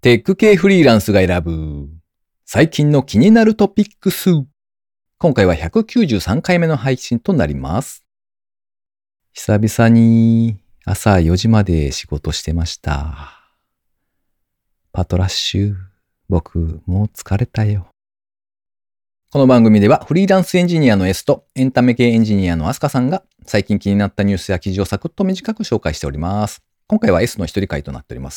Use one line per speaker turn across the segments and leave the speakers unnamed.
テック系フリーランスが選ぶ最近の気になるトピックス。今回は193回目の配信となります。久々に朝4時まで仕事してました。パトラッシュ、僕もう疲れたよ。この番組ではフリーランスエンジニアの S とエンタメ系エンジニアのアスカさんが最近気になったニュースや記事をサクッと短く紹介しております。今回は S の一人会となっております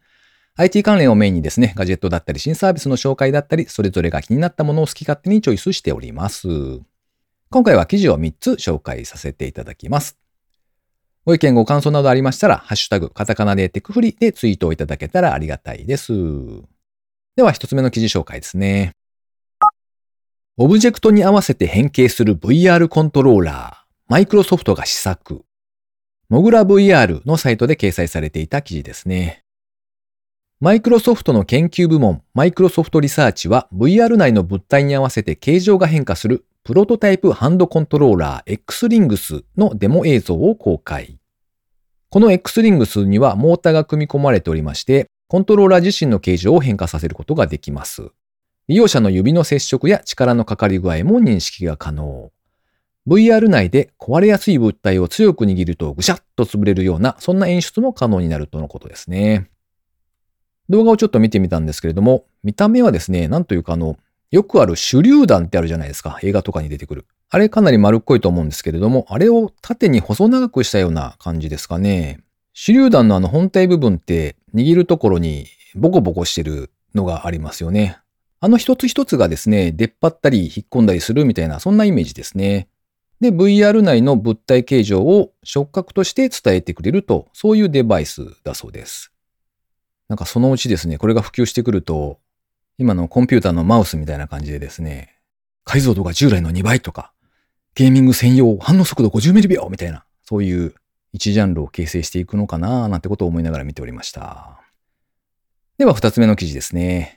。IT 関連をメインにですね、ガジェットだったり新サービスの紹介だったり、それぞれが気になったものを好き勝手にチョイスしております。今回は記事を3つ紹介させていただきます。ご意見ご感想などありましたら、ハッシュタグ、カタカナでテクフリでツイートをいただけたらありがたいです。では1つ目の記事紹介ですね。オブジェクトに合わせて変形する VR コントローラー、マイクロソフトが試作。モグラ VR のサイトで掲載されていた記事ですね。マイクロソフトの研究部門、マイクロソフトリサーチは VR 内の物体に合わせて形状が変化するプロトタイプハンドコントローラー X リングスのデモ映像を公開。この X リングスにはモーターが組み込まれておりまして、コントローラー自身の形状を変化させることができます。利用者の指の接触や力のかかり具合も認識が可能。VR 内で壊れやすい物体を強く握るとぐしゃっと潰れるような、そんな演出も可能になるとのことですね。動画をちょっと見てみたんですけれども、見た目はですね、なんというかよくある手榴弾ってあるじゃないですか。映画とかに出てくる。あれかなり丸っこいと思うんですけれども、あれを縦に細長くしたような感じですかね。手榴弾の本体部分って握るところにボコボコしてるのがありますよね。一つ一つがですね、出っ張ったり引っ込んだりするみたいな、そんなイメージですね。で、VR 内の物体形状を触覚として伝えてくれると、そういうデバイスだそうです。なんかそのうちですね、これが普及してくると、今のコンピューターのマウスみたいな感じでですね、解像度が従来の2倍とか、ゲーミング専用反応速度50ミリ秒みたいな、そういう一ジャンルを形成していくのかななんてことを思いながら見ておりました。では2つ目の記事ですね。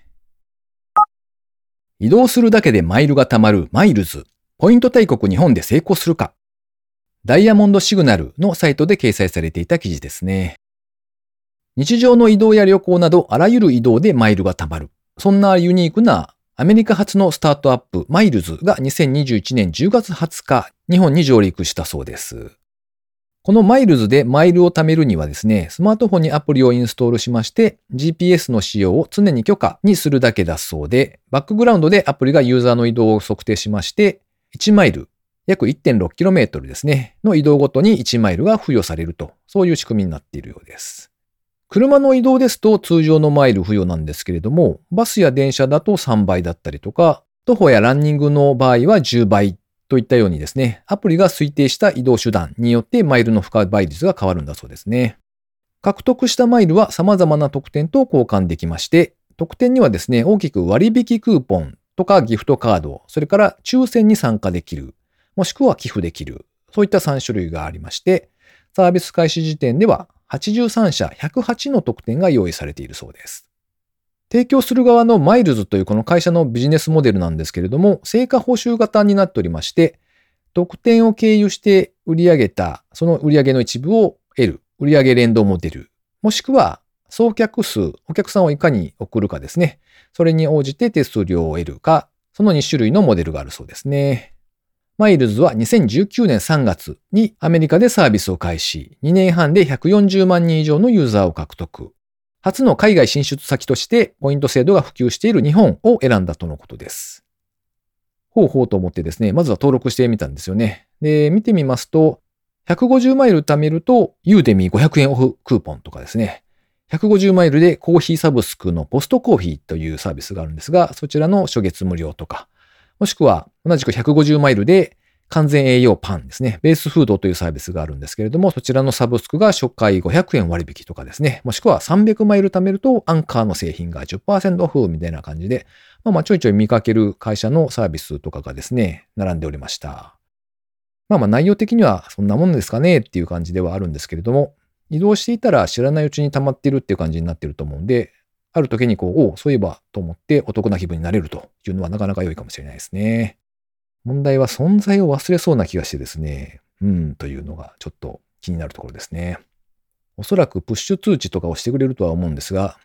移動するだけでマイルが貯まるマイルズ。ポイント大国日本で成功するか。ダイヤモンドシグナルのサイトで掲載されていた記事ですね。日常の移動や旅行などあらゆる移動でマイルが貯まる。そんなユニークなアメリカ発のスタートアップマイルズが2021年10月20日日本に上陸したそうです。このマイルズでマイルを貯めるにはですね、スマートフォンにアプリをインストールしまして GPS の使用を常に許可にするだけだそうで、バックグラウンドでアプリがユーザーの移動を測定しまして、1マイル、約 1.6km ですね、の移動ごとに1マイルが付与されると、そういう仕組みになっているようです。車の移動ですと通常のマイル付与なんですけれども、バスや電車だと3倍だったりとか、徒歩やランニングの場合は10倍といったようにですね、アプリが推定した移動手段によってマイルの付加倍率が変わるんだそうですね。獲得したマイルは様々な特典と交換できまして、特典にはですね、大きく割引クーポンとかギフトカード、それから抽選に参加できる、もしくは寄付できる、そういった3種類がありまして、サービス開始時点では83社108の特典が用意されているそうです。提供する側のマイルズというこの会社のビジネスモデルなんですけれども、成果報酬型になっておりまして、特典を経由して売り上げた、その売上の一部を得る、売上連動モデル、もしくは送客数、お客さんをいかに送るかですね。それに応じて手数料を得るか、その2種類のモデルがあるそうですね。マイルズは2019年3月にアメリカでサービスを開始、2年半で140万人以上のユーザーを獲得。初の海外進出先としてポイント制度が普及している日本を選んだとのことです。ほうほうと思ってですね、まずは登録してみたんですよね。で、見てみますと、150マイル貯めると、ユーデミー500円オフクーポンとかですね、150マイルでコーヒーサブスクのポストコーヒーというサービスがあるんですが、そちらの初月無料とか、もしくは同じく150マイルで完全栄養パンですね。ベースフードというサービスがあるんですけれども、そちらのサブスクが初回500円割引とかですね。もしくは300マイル貯めるとアンカーの製品が 10% オフみたいな感じで、ちょいちょい見かける会社のサービスとかがですね、並んでおりました。内容的にはそんなもんですかねっていう感じではあるんですけれども、移動していたら知らないうちに溜まっているっていう感じになっていると思うんで、ある時にそういえばと思ってお得な気分になれるというのはなかなか良いかもしれないですね。問題は存在を忘れそうな気がしてですね、というのがちょっと気になるところですね。おそらくプッシュ通知とかをしてくれるとは思うんですが、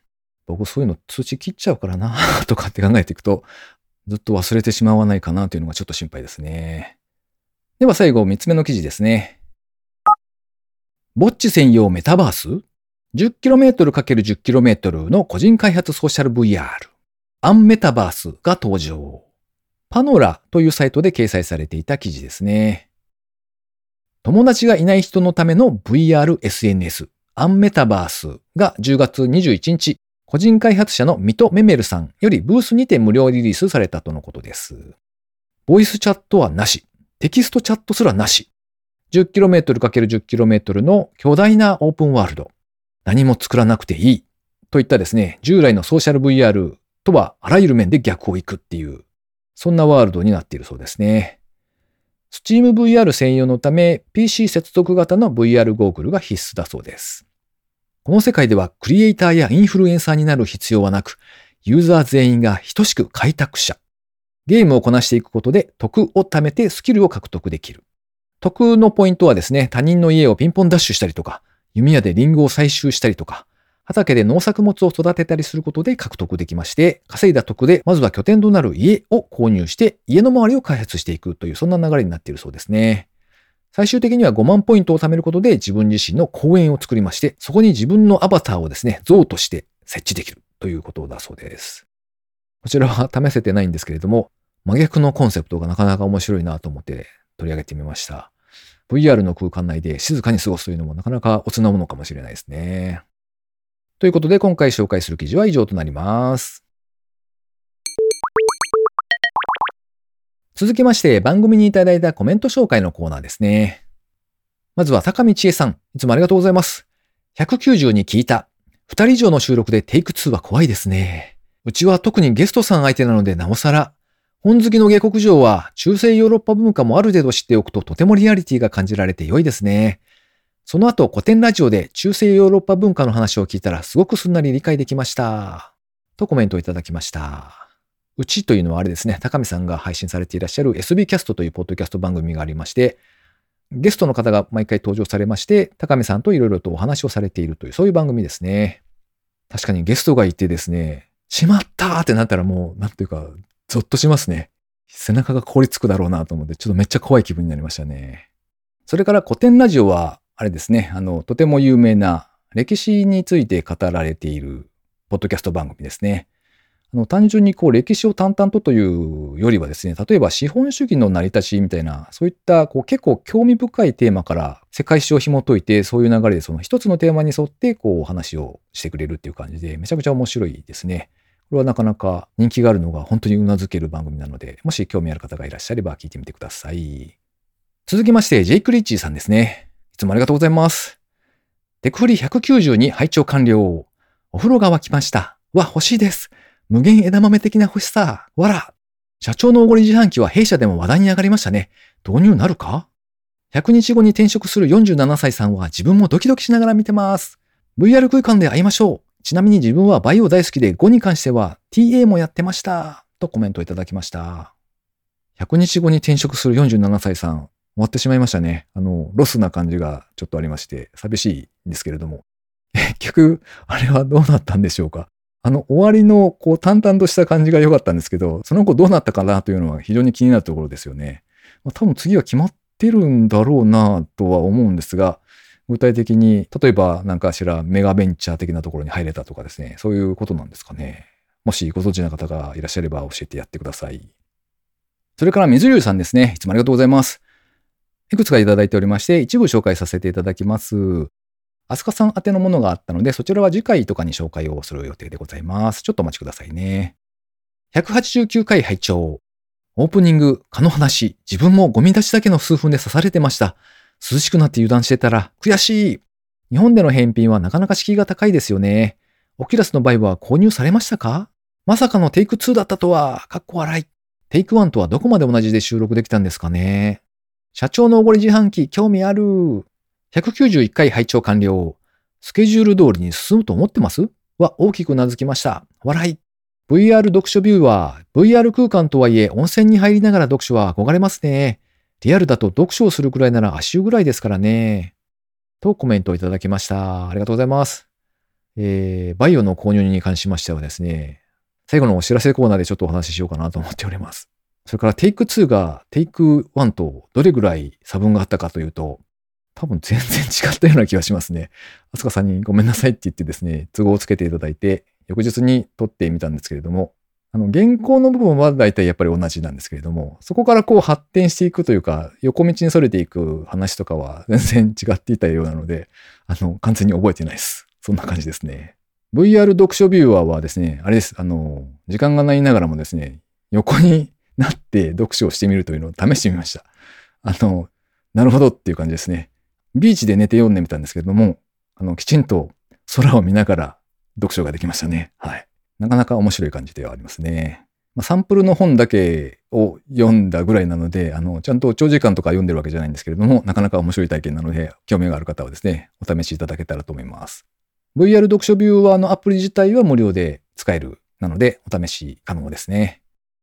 僕そういうの通知切っちゃうからなとかって考えていくと、ずっと忘れてしまわないかなというのがちょっと心配ですね。では最後、3つ目の記事ですね。ぼっち専用メタバース 10km×10km の個人開発ソーシャル VR アンメタバースが登場。パノラというサイトで掲載されていた記事ですね。友達がいない人のための VR SNS アンメタバースが10月21日、個人開発者のミト・メメルさんよりブースにて無料リリースされたとのことです。ボイスチャットはなし、テキストチャットすらなし、10km×10km の巨大なオープンワールド、何も作らなくていいといったですね、従来のソーシャル VR とはあらゆる面で逆をいくっていう、そんなワールドになっているそうですね。Steam VR 専用のため PC 接続型の VR ゴーグルが必須だそうです。この世界ではクリエイターやインフルエンサーになる必要はなく、ユーザー全員が等しく開拓者。ゲームをこなしていくことで徳を貯めてスキルを獲得できる。徳のポイントはですね、他人の家をピンポンダッシュしたりとか、弓矢でリンゴを採集したりとか、畑で農作物を育てたりすることで獲得できまして、稼いだ徳でまずは拠点となる家を購入して家の周りを開発していくというそんな流れになっているそうですね。最終的には5万ポイントを貯めることで自分自身の公園を作りまして、そこに自分のアバターをですね、像として設置できるということだそうです。こちらは試せてないんですけれども、真逆のコンセプトがなかなか面白いなと思って取り上げてみました。VR の空間内で静かに過ごすというのもなかなかおつなものかもしれないですね。ということで今回紹介する記事は以上となります。続きまして番組にいただいたコメント紹介のコーナーですね。まずは高見千恵さん、いつもありがとうございます。190に聞いた。2人以上の収録でテイク2は怖いですね。うちは特にゲストさん相手なのでなおさら。本好きの下克上は中世ヨーロッパ文化もある程度知っておくととてもリアリティが感じられて良いですね。その後古典ラジオで中世ヨーロッパ文化の話を聞いたらすごくすんなり理解できました。とコメントをいただきました。うちというのはあれですね、高見さんが配信されていらっしゃる SB キャストというポッドキャスト番組がありまして、ゲストの方が毎回登場されまして、高見さんといろいろとお話をされているというそういう番組ですね。確かにゲストがいてですね、しまったーってなったらもう、なんていうか、ゾッとしますね。背中が凍りつくだろうなと思って、ちょっとめっちゃ怖い気分になりましたね。それから古典ラジオは、あれですね、とても有名な歴史について語られているポッドキャスト番組ですね。単純に歴史を淡々というよりはですね、例えば資本主義の成り立ちみたいな、そういった結構興味深いテーマから世界史を紐解いて、そういう流れでその一つのテーマに沿ってお話をしてくれるっていう感じで、めちゃくちゃ面白いですね。これはなかなか人気があるのが本当に頷ける番組なので、もし興味ある方がいらっしゃれば聞いてみてください。続きまして、ジェイク・リッチーさんですね。いつもありがとうございます。テクフリ192拝聴完了。お風呂が沸きました。欲しいです。無限枝豆的な欲しさ。わら。社長のおごり自販機は弊社でも話題に上がりましたね。導入なるか ?100 日後に転職する47歳さんは自分もドキドキしながら見てます。VR 空間で会いましょう。ちなみに自分はバイオ大好きで5に関しては TA もやってました。とコメントいただきました。100日後に転職する47歳さん、終わってしまいましたね。ロスな感じがちょっとありまして、寂しいんですけれども。結局、あれはどうなったんでしょうか。終わりの淡々とした感じが良かったんですけど、その後どうなったかなというのは非常に気になるところですよね。多分次は決まってるんだろうなとは思うんですが、具体的に、例えば何かしらメガベンチャー的なところに入れたとかですね、そういうことなんですかね。もしご存知の方がいらっしゃれば教えてやってください。それから水流さんですね。いつもありがとうございます。いくつかいただいておりまして、一部紹介させていただきます。アスカさん宛てのものがあったので、そちらは次回とかに紹介をする予定でございます。ちょっとお待ちくださいね。189回拝聴。オープニング、蚊の話、自分もゴミ出しだけの数分で刺されてました。涼しくなって油断してたら、悔しい。日本での返品はなかなか敷居が高いですよね。オキュラスの場合は購入されましたか？まさかのテイク2だったとは、かっこ笑い。テイク1とはどこまで同じで収録できたんですかね。社長のおごり自販機、興味ある。191回拝聴完了。スケジュール通りに進むと思ってますは大きく頷きました。笑い。VR 読書ビューは VR 空間とはいえ温泉に入りながら読書は憧れますね。リアルだと読書をするくらいなら足湯ぐらいですからね。とコメントをいただきました。ありがとうございます。 バイオの購入に関しましてはですね、最後のお知らせコーナーでちょっとお話ししようかなと思っております。それからテイク2がテイク1とどれぐらい差分があったかというと、多分全然違ったような気がしますね。あすかさんにごめんなさいって言ってですね、都合をつけていただいて、翌日に撮ってみたんですけれども、原稿の部分は大体やっぱり同じなんですけれども、そこからこう発展していくというか、横道に逸れていく話とかは全然違っていたようなので、完全に覚えてないです。そんな感じですね。VR 読書ビューアーはですね、あれです。時間がないながらもですね、横になって読書をしてみるというのを試してみました。なるほどっていう感じですね。ビーチで寝て読んでみたんですけれども、きちんと空を見ながら読書ができましたね。はい。なかなか面白い感じではありますね。サンプルの本だけを読んだぐらいなので、ちゃんと長時間とか読んでるわけじゃないんですけれども、なかなか面白い体験なので、興味がある方はですね、お試しいただけたらと思います。VR 読書ビューアーのアプリ自体は無料で使える。なので、お試し可能ですね。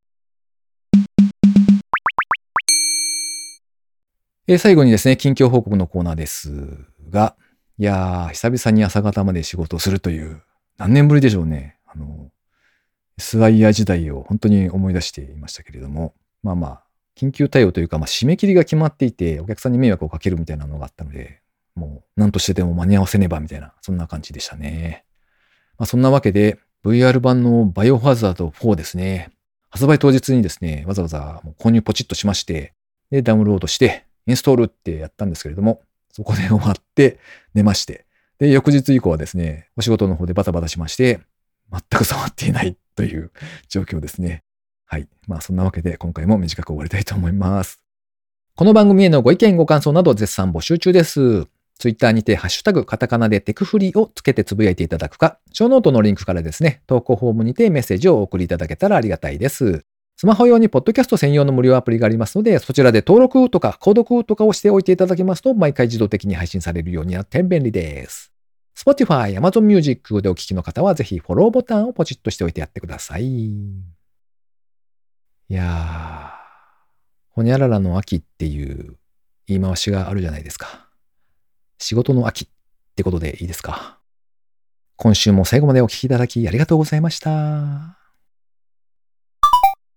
最後にですね、近況報告のコーナーですが、いやー、久々に朝方まで仕事をするという、何年ぶりでしょうね。SIR 時代を本当に思い出していましたけれども、緊急対応というか、締め切りが決まっていて、お客さんに迷惑をかけるみたいなのがあったので、もう何としてでも間に合わせねばみたいな、そんな感じでしたね。そんなわけで、VR 版のバイオハザード4ですね。発売当日にですね、わざわざ購入ポチッとしまして、で、ダウンロードして、インストールってやったんですけれども、そこで終わって寝まして、で、翌日以降はですね、お仕事の方でバタバタしまして、全く触っていないという状況ですね。はい。そんなわけで今回も短く終わりたいと思います。この番組へのご意見ご感想など絶賛募集中です。ツイッターにてハッシュタグカタカナでテクフリをつけてつぶやいていただくか、ショーノートのリンクからですね、投稿フォームにてメッセージをお送りいただけたらありがたいです。スマホ用にポッドキャスト専用の無料アプリがありますので、そちらで登録とか購読とかをしておいていただけますと、毎回自動的に配信されるようになって便利です。Spotify、Amazon Music でお聞きの方はぜひフォローボタンをポチッとしておいてやってください。いやー、ほにゃららの秋っていう言い回しがあるじゃないですか。仕事の秋ってことでいいですか。今週も最後までお聞きいただきありがとうございました。